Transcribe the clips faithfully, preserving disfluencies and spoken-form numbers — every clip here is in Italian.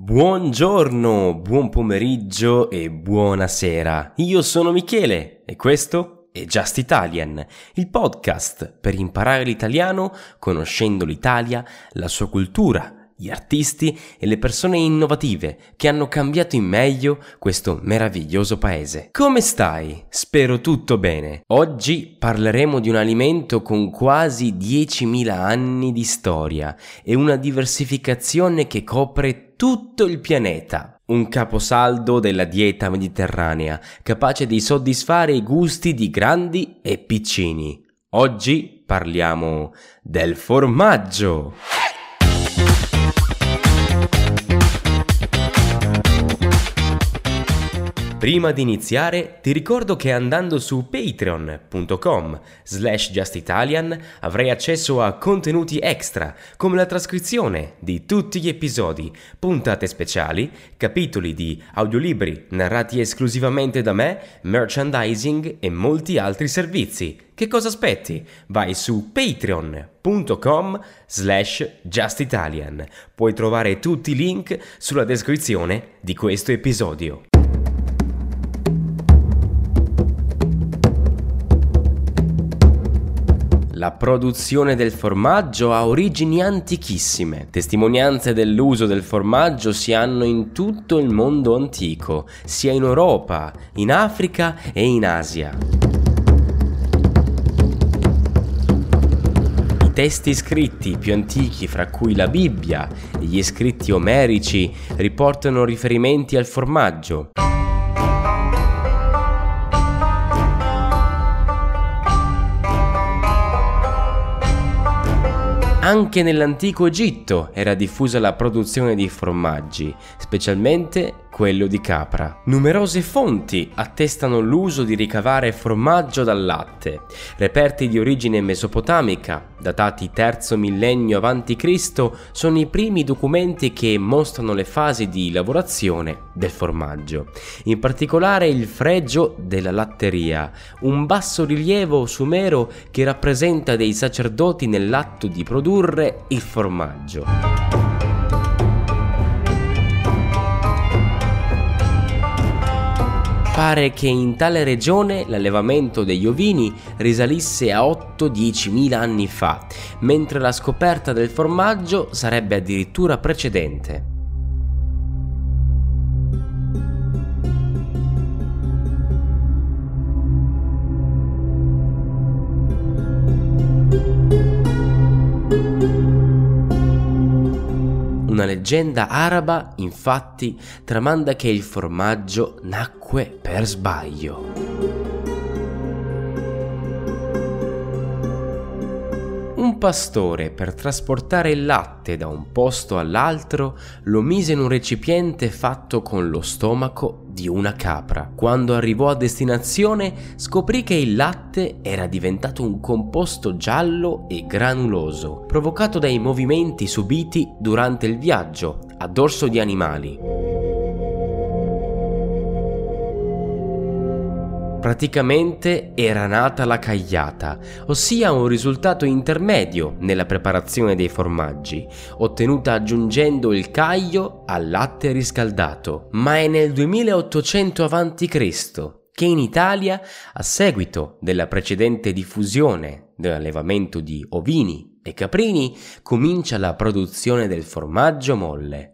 Buongiorno, buon pomeriggio e buonasera. Io sono Michele e questo è Just Italian, il podcast per imparare l'italiano conoscendo l'Italia, la sua cultura, gli artisti e le persone innovative che hanno cambiato in meglio questo meraviglioso paese. Come stai? Spero tutto bene. Oggi parleremo di un alimento con quasi diecimila anni di storia e una diversificazione che copre tutto il pianeta. Un caposaldo della dieta mediterranea, capace di soddisfare i gusti di grandi e piccini. Oggi parliamo del formaggio. Prima di iniziare ti ricordo che andando su patreon punto com slash justitalian avrai accesso a contenuti extra come la trascrizione di tutti gli episodi, puntate speciali, capitoli di audiolibri narrati esclusivamente da me, merchandising e molti altri servizi. Che cosa aspetti? Vai su patreon punto com slash justitalian. Puoi trovare tutti i link sulla descrizione di questo episodio. La produzione del formaggio ha origini antichissime. Testimonianze dell'uso del formaggio si hanno in tutto il mondo antico, sia in Europa, in Africa e in Asia. I testi scritti più antichi, fra cui la Bibbia e gli scritti omerici, riportano riferimenti al formaggio. Anche nell'antico Egitto era diffusa la produzione di formaggi, specialmente quello di capra. Numerose fonti attestano l'uso di ricavare formaggio dal latte. Reperti di origine mesopotamica, datati terzo millennio avanti Cristo, sono i primi documenti che mostrano le fasi di lavorazione del formaggio. In particolare il fregio della latteria, un basso rilievo sumero che rappresenta dei sacerdoti nell'atto di produrre il formaggio. Pare che in tale regione l'allevamento degli ovini risalisse a otto diecimila anni fa, mentre la scoperta del formaggio sarebbe addirittura precedente. Una leggenda araba, infatti, tramanda che il formaggio nacque per sbaglio. Un pastore, per trasportare il latte da un posto all'altro, lo mise in un recipiente fatto con lo stomaco di una capra. Quando arrivò a destinazione, scoprì che il latte era diventato un composto giallo e granuloso, provocato dai movimenti subiti durante il viaggio a dorso di animali. Praticamente era nata la cagliata, ossia un risultato intermedio nella preparazione dei formaggi, ottenuta aggiungendo il caglio al latte riscaldato. Ma è nel duemilaottocento avanti Cristo che in Italia, a seguito della precedente diffusione dell'allevamento di ovini e caprini, comincia la produzione del formaggio molle.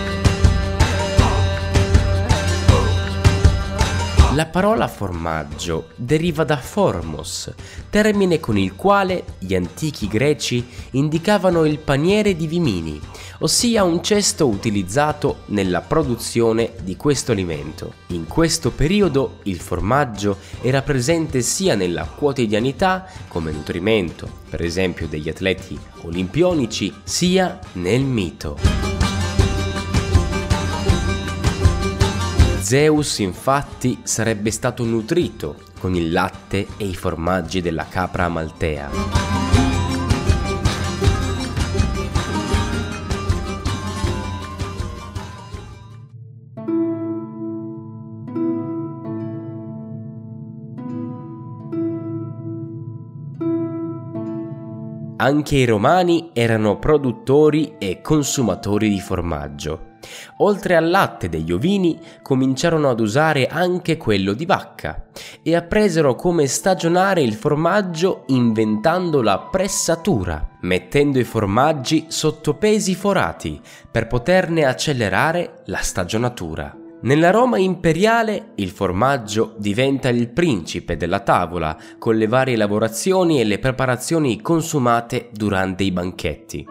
La parola formaggio deriva da formos, termine con il quale gli antichi greci indicavano il paniere di vimini, ossia un cesto utilizzato nella produzione di questo alimento. In questo periodo il formaggio era presente sia nella quotidianità come nutrimento, per esempio degli atleti olimpionici, sia nel mito. Zeus infatti sarebbe stato nutrito con il latte e i formaggi della capra amaltea. Anche i romani erano produttori e consumatori di formaggio. Oltre al latte degli ovini, cominciarono ad usare anche quello di vacca e appresero come stagionare il formaggio inventando la pressatura, mettendo i formaggi sotto pesi forati per poterne accelerare la stagionatura. Nella Roma imperiale il formaggio diventa il principe della tavola con le varie lavorazioni e le preparazioni consumate durante i banchetti.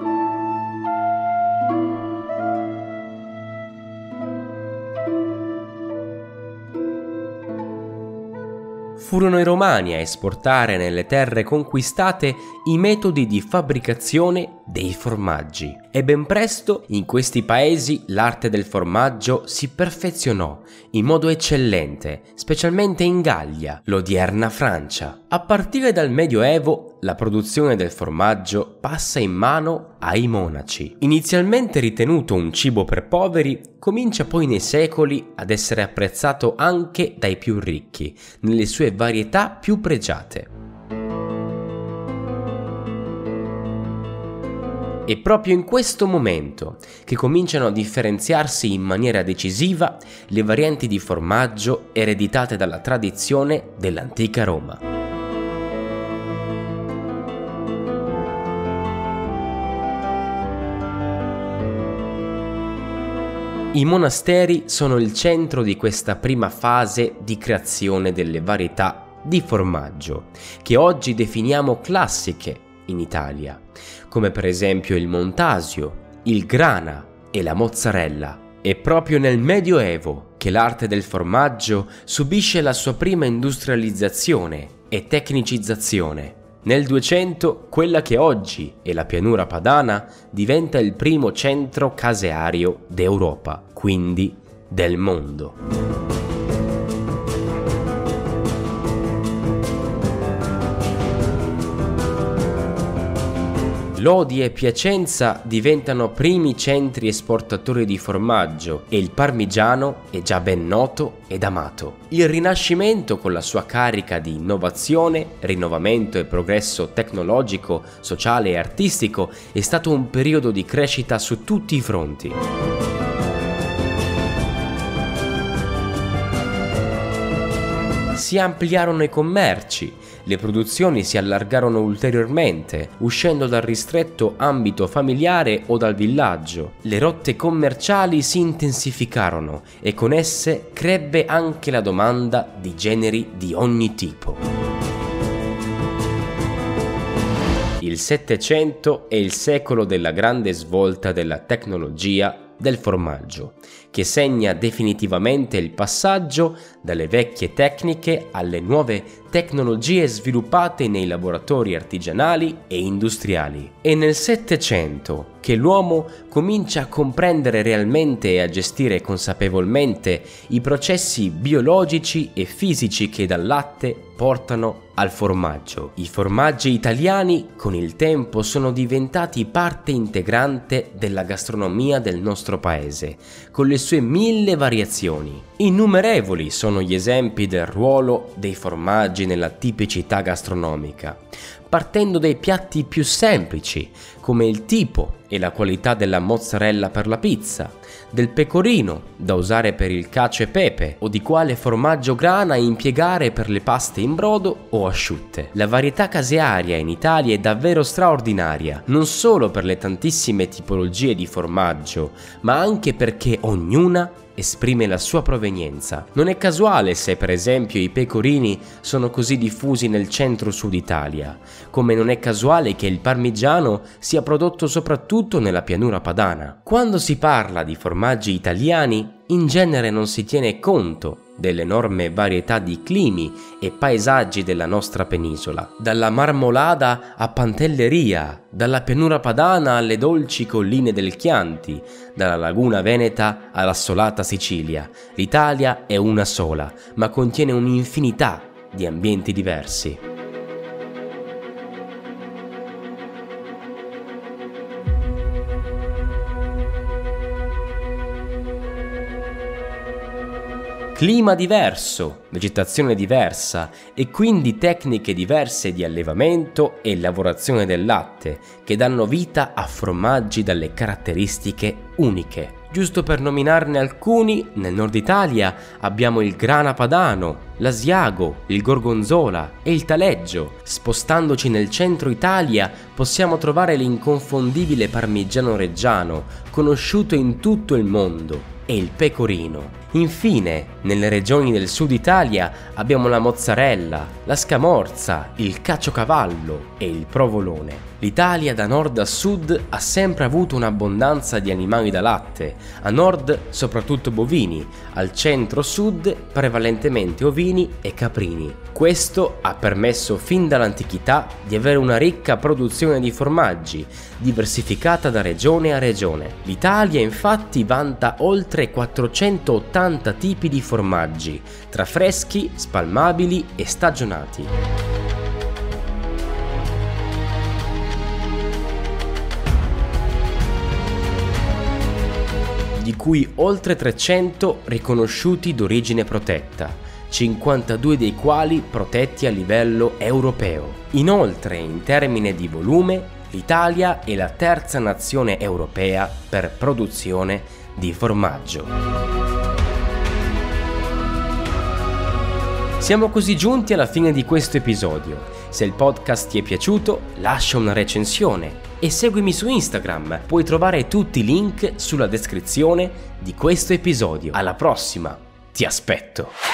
Furono i Romani a esportare nelle terre conquistate i metodi di fabbricazione dei formaggi e ben presto in questi paesi l'arte del formaggio si perfezionò in modo eccellente, specialmente in Gallia, l'odierna Francia. A partire dal Medioevo la produzione del formaggio passa in mano ai monaci. Inizialmente ritenuto un cibo per poveri, comincia poi nei secoli ad essere apprezzato anche dai più ricchi, nelle sue varietà più pregiate. È proprio in questo momento che cominciano a differenziarsi in maniera decisiva le varianti di formaggio ereditate dalla tradizione dell'antica Roma. I monasteri sono il centro di questa prima fase di creazione delle varietà di formaggio, che oggi definiamo classiche in Italia, come per esempio il Montasio, il Grana e la Mozzarella. È proprio nel Medioevo che l'arte del formaggio subisce la sua prima industrializzazione e tecnicizzazione. Nel duecento, quella che oggi è la pianura padana diventa il primo centro caseario d'Europa, quindi del mondo. Lodi e Piacenza diventano primi centri esportatori di formaggio e il parmigiano è già ben noto ed amato. Il Rinascimento, con la sua carica di innovazione, rinnovamento e progresso tecnologico, sociale e artistico, è stato un periodo di crescita su tutti i fronti. Si ampliarono i commerci, le produzioni si allargarono ulteriormente, uscendo dal ristretto ambito familiare o dal villaggio. Le rotte commerciali si intensificarono e con esse crebbe anche la domanda di generi di ogni tipo. Il Settecento è il secolo della grande svolta della tecnologia del formaggio, che segna definitivamente il passaggio dalle vecchie tecniche alle nuove tecnologie sviluppate nei laboratori artigianali e industriali. È nel Settecento che l'uomo comincia a comprendere realmente e a gestire consapevolmente i processi biologici e fisici che dal latte portano al formaggio. I formaggi italiani con il tempo sono diventati parte integrante della gastronomia del nostro paese, con le sue mille variazioni. Innumerevoli sono gli esempi del ruolo dei formaggi nella tipicità gastronomica, partendo dai piatti più semplici, come il tipo e la qualità della mozzarella per la pizza, del pecorino da usare per il cacio e pepe o di quale formaggio grana impiegare per le paste in brodo o asciutte. La varietà casearia in Italia è davvero straordinaria, non solo per le tantissime tipologie di formaggio, ma anche perché ognuna esprime la sua provenienza. Non è casuale se per esempio i pecorini sono così diffusi nel centro-sud Italia, come non è casuale che il parmigiano sia prodotto soprattutto nella pianura padana. Quando si parla di formaggi italiani, in genere non si tiene conto dell'enorme varietà di climi e paesaggi della nostra penisola, dalla Marmolada a Pantelleria, dalla pianura padana alle dolci colline del Chianti, dalla laguna veneta all'assolata Sicilia. L'Italia è una sola, ma contiene un'infinità di ambienti diversi. Clima diverso, vegetazione diversa e quindi tecniche diverse di allevamento e lavorazione del latte che danno vita a formaggi dalle caratteristiche uniche. Giusto per nominarne alcuni, nel nord Italia abbiamo il grana padano, l'asiago, il gorgonzola e il taleggio. Spostandoci nel centro Italia possiamo trovare l'inconfondibile parmigiano reggiano, conosciuto in tutto il mondo, e il pecorino. Infine, nelle regioni del sud Italia abbiamo la mozzarella, la scamorza, il caciocavallo e il provolone. L'Italia da nord a sud ha sempre avuto un'abbondanza di animali da latte, a nord soprattutto bovini, al centro-sud prevalentemente ovini e caprini. Questo ha permesso fin dall'antichità di avere una ricca produzione di formaggi, diversificata da regione a regione. L'Italia infatti vanta oltre quattrocentottanta tipi di formaggi, tra freschi, spalmabili e stagionati. Di cui oltre trecento riconosciuti d'origine protetta, cinquantadue dei quali protetti a livello europeo. Inoltre, in termini di volume, l'Italia è la terza nazione europea per produzione di formaggio. Siamo così giunti alla fine di questo episodio. Se il podcast ti è piaciuto, lascia una recensione e seguimi su Instagram. Puoi trovare tutti i link sulla descrizione di questo episodio. Alla prossima, ti aspetto!